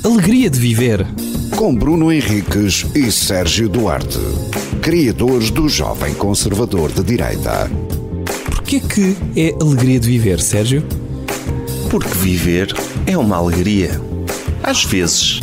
Alegria de Viver. Com Bruno Henriques e Sérgio Duarte, criadores do Jovem Conservador de Direita. Porquê que é alegria de viver, Sérgio? Porque viver é uma alegria. Às vezes.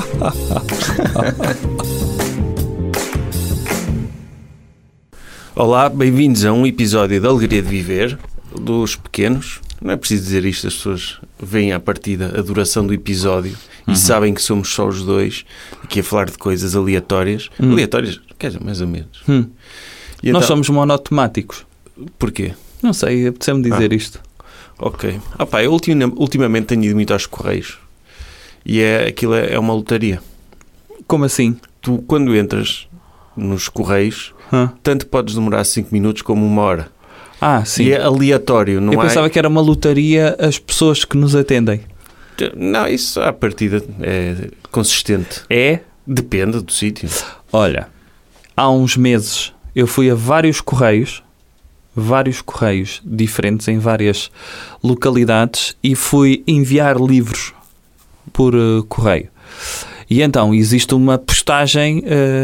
Olá, bem-vindos a um episódio da Alegria de Viver, dos pequenos. Não é preciso dizer isto, as pessoas veem à partida a duração do episódio e sabem que somos só os dois aqui a falar de coisas aleatórias. Aleatórias, quer dizer, mais ou menos. E Nós então, somos monotemáticos. porquê? Não sei, apetece-me dizer isto. Ok. Eu ultimamente tenho ido muito aos Correios e aquilo é uma lotaria. Como assim? Tu, quando entras nos Correios, tanto podes demorar 5 minutos como 1 hora. Sim. E é aleatório, não Eu é? pensava que era uma lotaria as pessoas que nos atendem. Não, isso à partida é consistente. É? Depende do sítio. Olha, há uns meses eu fui a vários correios diferentes em várias localidades e fui enviar livros por correio. E então existe uma postagem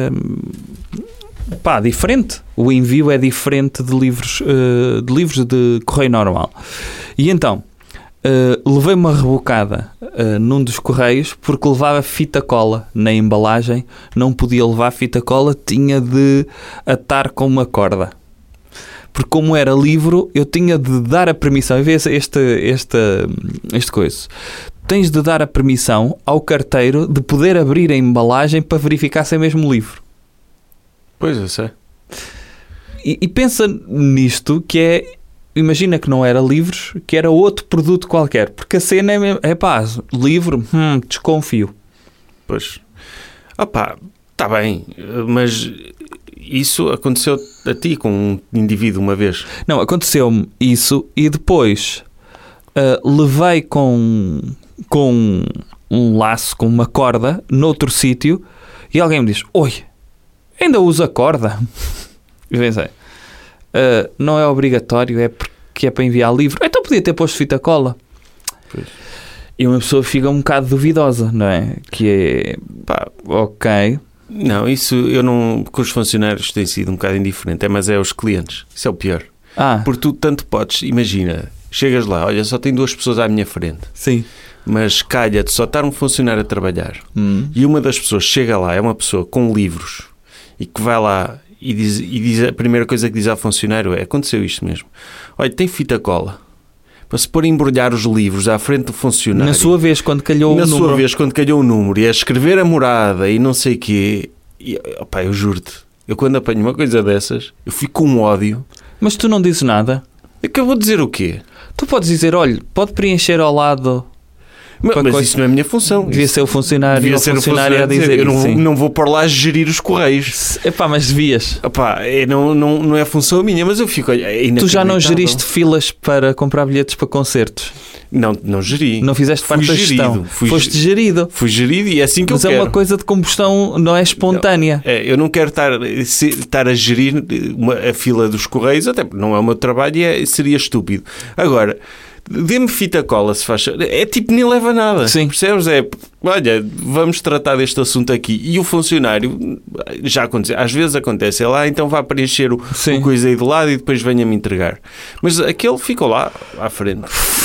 diferente. O envio é diferente de livros de correio normal. E então levei uma rebocada num dos correios porque levava fita cola na embalagem. Não podia levar fita cola, tinha de atar com uma corda. Porque como era livro, eu tinha de dar a permissão. E vê este coisa. Tens de dar a permissão ao carteiro de poder abrir a embalagem para verificar se é mesmo livro. Pois, eu sei. E pensa nisto, que é... Imagina que não era livros, que era outro produto qualquer. Porque a cena é livro, desconfio. Pois. Está bem, mas isso aconteceu a ti com um indivíduo uma vez? Não, aconteceu-me isso e depois levei com um laço, com uma corda, noutro sítio e alguém me diz, oi, ainda usa corda? E pensei, não é obrigatório, é porque é para enviar livro. Então podia ter posto fita cola. Pois. E uma pessoa fica um bocado duvidosa, não é? Que é, ok. Não, isso eu não... Com os funcionários tem sido um bocado indiferente, mas é os clientes. Isso é o pior. Porque tu tanto podes, imagina, chegas lá, olha, só tem 2 pessoas à minha frente. Sim. Mas calha-te só estar um funcionário a trabalhar e uma das pessoas chega lá, é uma pessoa com livros e que vai lá e diz a primeira coisa que diz ao funcionário é, aconteceu isto mesmo, olha, tem fita cola para se pôr a embrulhar os livros à frente do funcionário. Na sua vez, quando calhou o número e a escrever a morada e não sei o quê, eu juro-te, eu quando apanho uma coisa dessas, eu fico com um ódio. Mas tu não dizes nada? É que eu vou dizer o quê? Tu podes dizer, olha, pode preencher ao lado... Mas isso não é a minha função. Devia ser o funcionário, a dizer eu não vou por lá gerir os correios. Mas devias. Não é função minha, mas eu fico... Tu já não geriste filas para comprar bilhetes para concertos? Não geri. Não fizeste parte da gestão. Foste gerido. Fui gerido e é assim que mas eu quero. Mas é uma coisa de combustão, não é espontânea. Eu não quero estar a gerir a fila dos correios, até porque não é o meu trabalho e seria estúpido. Agora... Dê-me fita cola, se faz... É tipo, nem leva nada. Sim. Percebes? Olha, vamos tratar deste assunto aqui. E o funcionário, já aconteceu, às vezes acontece, lá, então vá preencher o coisa aí de lado e depois venha-me entregar. Mas aquele ficou lá, à frente.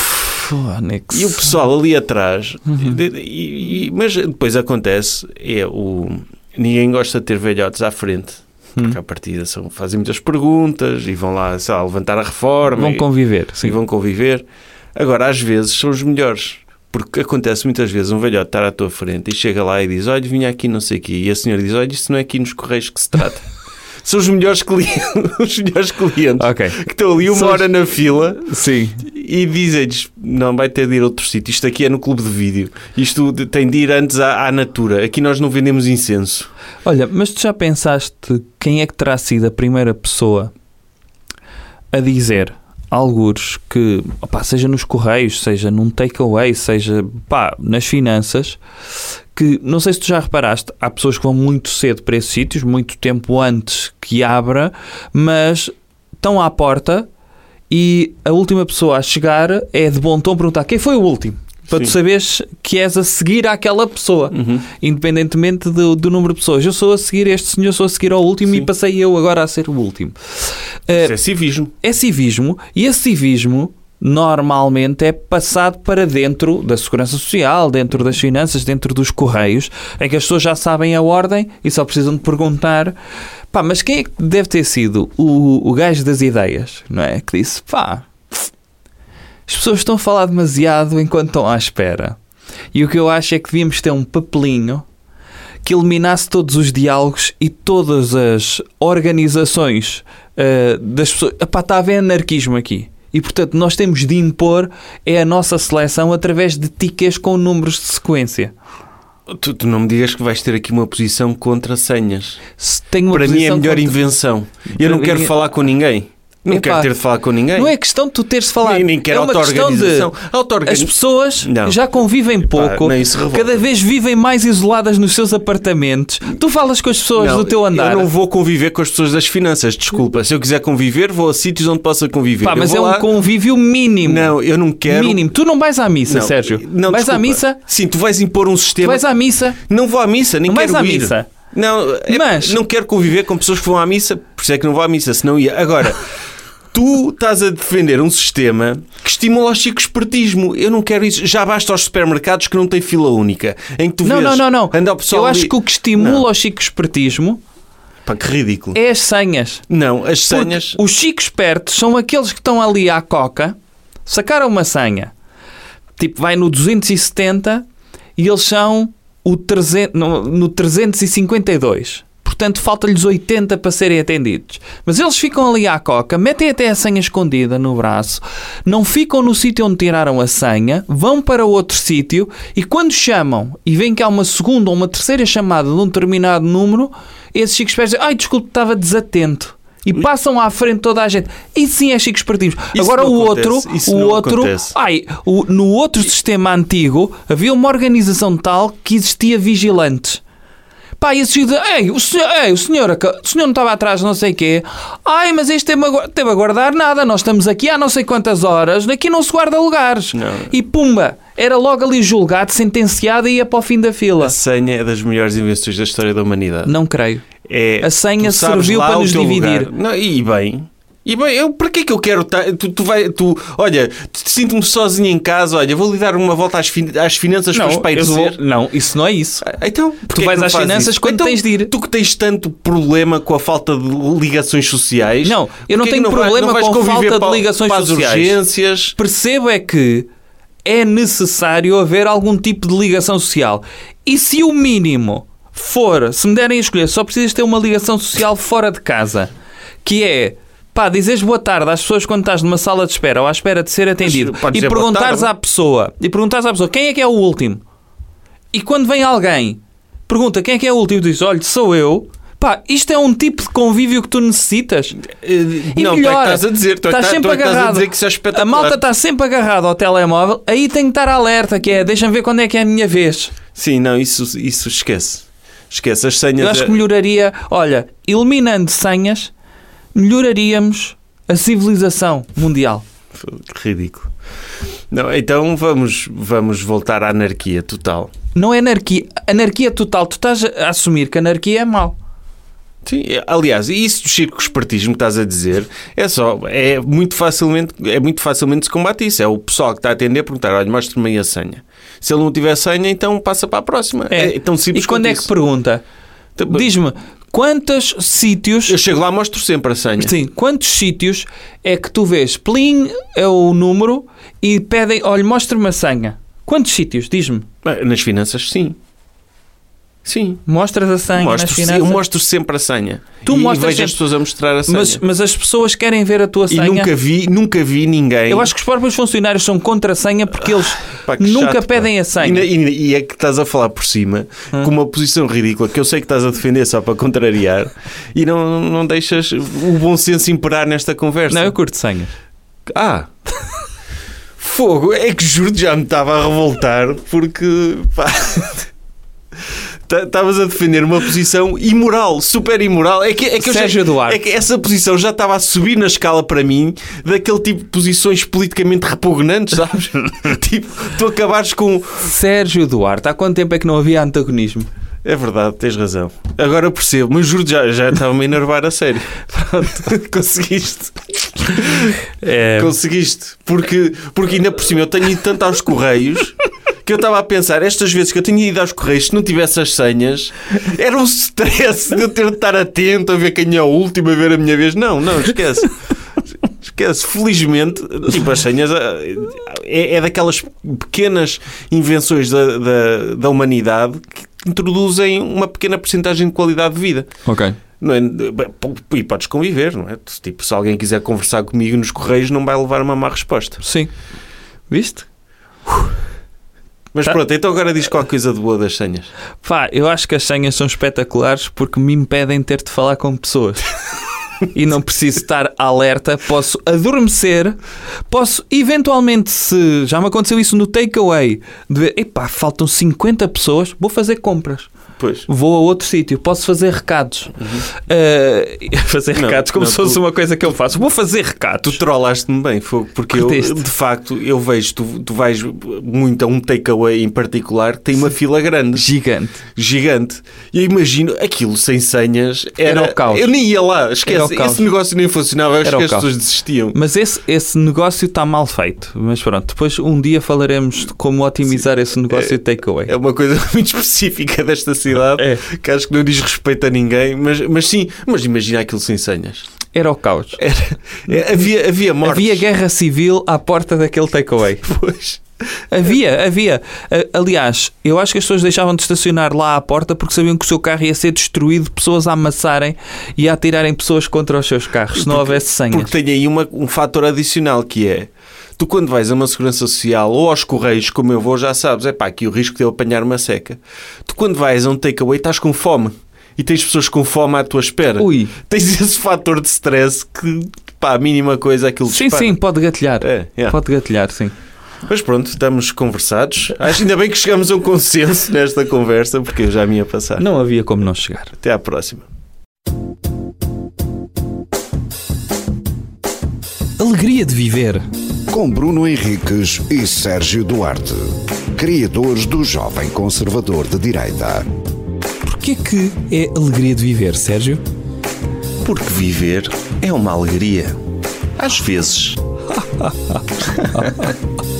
E o pessoal ali atrás... mas depois acontece, ninguém gosta de ter velhotes à frente. Porque à partida fazem muitas perguntas e vão lá, sei lá, levantar a reforma. Vão conviver. Sim. E vão conviver. Agora, às vezes, são os melhores. Porque acontece muitas vezes um velhote estar à tua frente e chega lá e diz, olha, vinha aqui não sei o quê. E a senhora diz, olha, isto não é aqui nos Correios que se trata. São os melhores clientes. Okay. Que estão ali uma hora na fila. Sim. E dizem-lhes, não, vai ter de ir a outro sítio. Isto aqui é no clube de vídeo. Isto tem de ir antes à Natura. Aqui nós não vendemos incenso. Olha, mas tu já pensaste quem é que terá sido a primeira pessoa a dizer algures que, seja nos Correios, seja num takeaway, seja nas finanças, que, não sei se tu já reparaste, há pessoas que vão muito cedo para esses sítios, muito tempo antes que abra, mas estão à porta e a última pessoa a chegar é de bom tom perguntar quem foi o último. Para tu saberes que és a seguir àquela pessoa, independentemente do número de pessoas. Eu sou a seguir este senhor, sou a seguir ao último e passei eu agora a ser o último. Isso é civismo. É civismo, e esse civismo normalmente é passado para dentro da segurança social, dentro das finanças, dentro dos correios, em que as pessoas já sabem a ordem e só precisam de perguntar. Pá, mas quem é que deve ter sido o gajo das ideias, não é? Que disse, pá, as pessoas estão a falar demasiado enquanto estão à espera. E o que eu acho é que devíamos ter um papelinho que eliminasse todos os diálogos e todas as organizações das pessoas. Epá, está a haver anarquismo aqui. E, portanto, nós temos de impor a nossa seleção através de tickets com números de sequência. Tu não me digas que vais ter aqui uma posição contra senhas. Tenho uma Para mim é a melhor contra... invenção. Eu não quero falar com ninguém. Não quero ter de falar com ninguém. Não é questão de tu teres de falar. Nem quero auto-organização. As pessoas já convivem pouco. Cada vez vivem mais isoladas nos seus apartamentos. Tu falas com as pessoas do teu andar. Eu não vou conviver com as pessoas das finanças. Desculpa. Se eu quiser conviver, vou a sítios onde possa conviver. Pá, mas é um convívio mínimo. Não, eu não quero. Mínimo. Tu não vais à missa, Sérgio. Não, vais à missa? Sim, tu vais impor um sistema. Tu vais à missa? Não vou à missa, nem quero ir. Não vais à missa? Não, mas... não quero conviver com pessoas que vão à missa. Por isso é que não vou à missa, senão ia. Agora... Tu estás a defender um sistema que estimula o chico-espertismo. Eu não quero isso. Já basta aos supermercados que não têm fila única. Em que tu vês... Não. Anda o pessoal eu acho que o que estimula o chico-espertismo... Pá, que ridículo. É as senhas. Não, as senhas... Porque os chicos-espertos são aqueles que estão ali à coca, sacaram uma senha. Tipo, vai no 270 e eles são no 352. Portanto, falta-lhes 80 para serem atendidos. Mas eles ficam ali à coca, metem até a senha escondida no braço, não ficam no sítio onde tiraram a senha, vão para outro sítio e quando chamam e veem que há uma segunda ou uma terceira chamada de um determinado número, esses chicos dizem, ai, desculpe, estava desatento. E passam à frente toda a gente. E sim é chico-espertismo. Agora no outro sistema antigo havia uma organização tal que existia vigilantes. Pá, e esse o senhor não estava atrás não sei o quê. Ai, mas este teve a guardar nada. Nós estamos aqui há não sei quantas horas. Aqui não se guarda lugares. Não. E pumba, era logo ali julgado, sentenciado e ia para o fim da fila. A senha é das melhores invenções da história da humanidade. Não creio. A senha serviu para nos dividir. Não, e bem... para que é que eu quero... Olha, sinto-me sozinho em casa, olha, vou lhe dar uma volta às finanças para espairecer. Não, isso não é isso. Então, tu vais às finanças quando tens de ir. Tu que tens tanto problema com a falta de ligações sociais... Não, eu não tenho problema com a falta de ligações sociais. Urgências. Percebo é que é necessário haver algum tipo de ligação social. E se o mínimo for, se me derem a escolher, só precisas ter uma ligação social fora de casa, que é... Pá, dizes boa tarde às pessoas quando estás numa sala de espera ou à espera de ser atendido e perguntares à pessoa quem é que é o último. E quando vem alguém, pergunta quem é que é o último e diz, olha, sou eu. Pá, isto é um tipo de convívio que tu necessitas. E não, melhor, estás a dizer, estás sempre agarrado. A dizer que isso é espetacular. A malta está sempre agarrada ao telemóvel, aí tem que estar alerta, que é, deixa-me ver quando é que é a minha vez. Sim, não, isso esquece. Esquece as senhas. Eu acho que melhoraria, olha, eliminando senhas, melhoraríamos a civilização mundial. Ridículo. Não, então vamos voltar à anarquia total. Não é anarquia. Anarquia total. Tu estás a assumir que a anarquia é mau. Sim, aliás, isso do chico-espertismo que estás a dizer é muito facilmente se combate isso. É o pessoal que está a atender a perguntar, olha, mostra-me aí a senha. Se ele não tiver senha, então passa para a próxima. É tão simples. E quando é que pergunta? Diz-me, quantos sítios... Eu chego lá e mostro sempre a senha. Sim, quantos sítios é que tu vês? Plim é o número e pedem, olha, mostra-me a senha. Quantos sítios? Diz-me. Nas finanças, sim. Sim. Mostras a senha nas finanças? Eu mostro sempre a senha. Tu mostras vejo as pessoas a mostrar a senha. Mas as pessoas querem ver a tua senha. E nunca vi ninguém... Eu acho que os próprios funcionários são contra a senha porque eles nunca pedem a senha. E é que estás a falar por cima com uma posição ridícula que eu sei que estás a defender só para contrariar e não deixas o bom senso imperar nesta conversa. Não, eu curto senhas. Fogo! É que juro que já me estava a revoltar porque... Estavas a defender uma posição imoral, super imoral. É que Sérgio Duarte. É que essa posição já estava a subir na escala para mim daquele tipo de posições politicamente repugnantes, sabes? Tipo, tu acabares com... Sérgio Duarte, há quanto tempo é que não havia antagonismo? É verdade, tens razão. Agora percebo, mas juro, já estava-me a enervar a sério. Pronto, conseguiste. Conseguiste. Porque ainda por cima eu tenho ido tanto aos Correios que eu estava a pensar, estas vezes que eu tinha ido aos Correios, se não tivesse as senhas, era um stress de eu ter de estar atento a ver quem é o último, a ver a minha vez. Não, esquece. Esquece. Felizmente, tipo, as senhas é daquelas pequenas invenções da humanidade que introduzem uma pequena porcentagem de qualidade de vida. Ok. Não é? E podes conviver, não é? Tipo, se alguém quiser conversar comigo nos Correios, não vai levar uma má resposta. Sim. Viste? Mas pronto, então agora diz qualquer coisa de boa das senhas. Pá, eu acho que as senhas são espetaculares porque me impedem de ter de falar com pessoas. E não preciso estar alerta, posso adormecer, posso eventualmente, se já me aconteceu isso no takeaway, de ver, epá, faltam 50 pessoas, vou fazer compras. Pois. Vou a outro sítio, posso fazer recados. Fazer recados como se fosse uma coisa que eu faço. Vou fazer recados. Tu trollaste-me bem, porque eu, de facto, eu vejo, tu vais muito a um takeaway em particular que tem uma fila grande. Gigante. E eu imagino, aquilo sem senhas era o caos. Eu nem ia lá, esquece, esse negócio nem funcionava, acho que as pessoas desistiam. Mas esse negócio está mal feito. Mas pronto, depois um dia falaremos de como otimizar esse negócio de takeaway. É uma coisa muito específica desta cidade, que acho que não diz respeito a ninguém, mas sim, mas imagina aquilo sem senhas. Era o caos. Havia mortes. Havia guerra civil à porta daquele takeaway. Pois. Havia. Aliás, eu acho que as pessoas deixavam de estacionar lá à porta porque sabiam que o seu carro ia ser destruído, pessoas a amassarem e a atirarem pessoas contra os seus carros, se não houvesse senhas. Porque tem aí um fator adicional que é: tu quando vais a uma segurança social ou aos Correios, como eu vou, já sabes, é pá, aqui o risco de eu apanhar uma seca. Tu quando vais a um takeaway estás com fome e tens pessoas com fome à tua espera. Ui. Tens esse fator de stress que, pá, a mínima coisa aquilo dispara. Sim, pode gatilhar. Pode gatilhar, sim. Mas pronto, estamos conversados. Acho ainda bem que chegamos a um consenso nesta conversa, porque eu já me ia passar. Não havia como não chegar. Até à próxima. Alegria de viver. Com Bruno Henriques e Sérgio Duarte, criadores do Jovem Conservador de Direita. Porquê que é alegria de viver, Sérgio? Porque viver é uma alegria. Às vezes.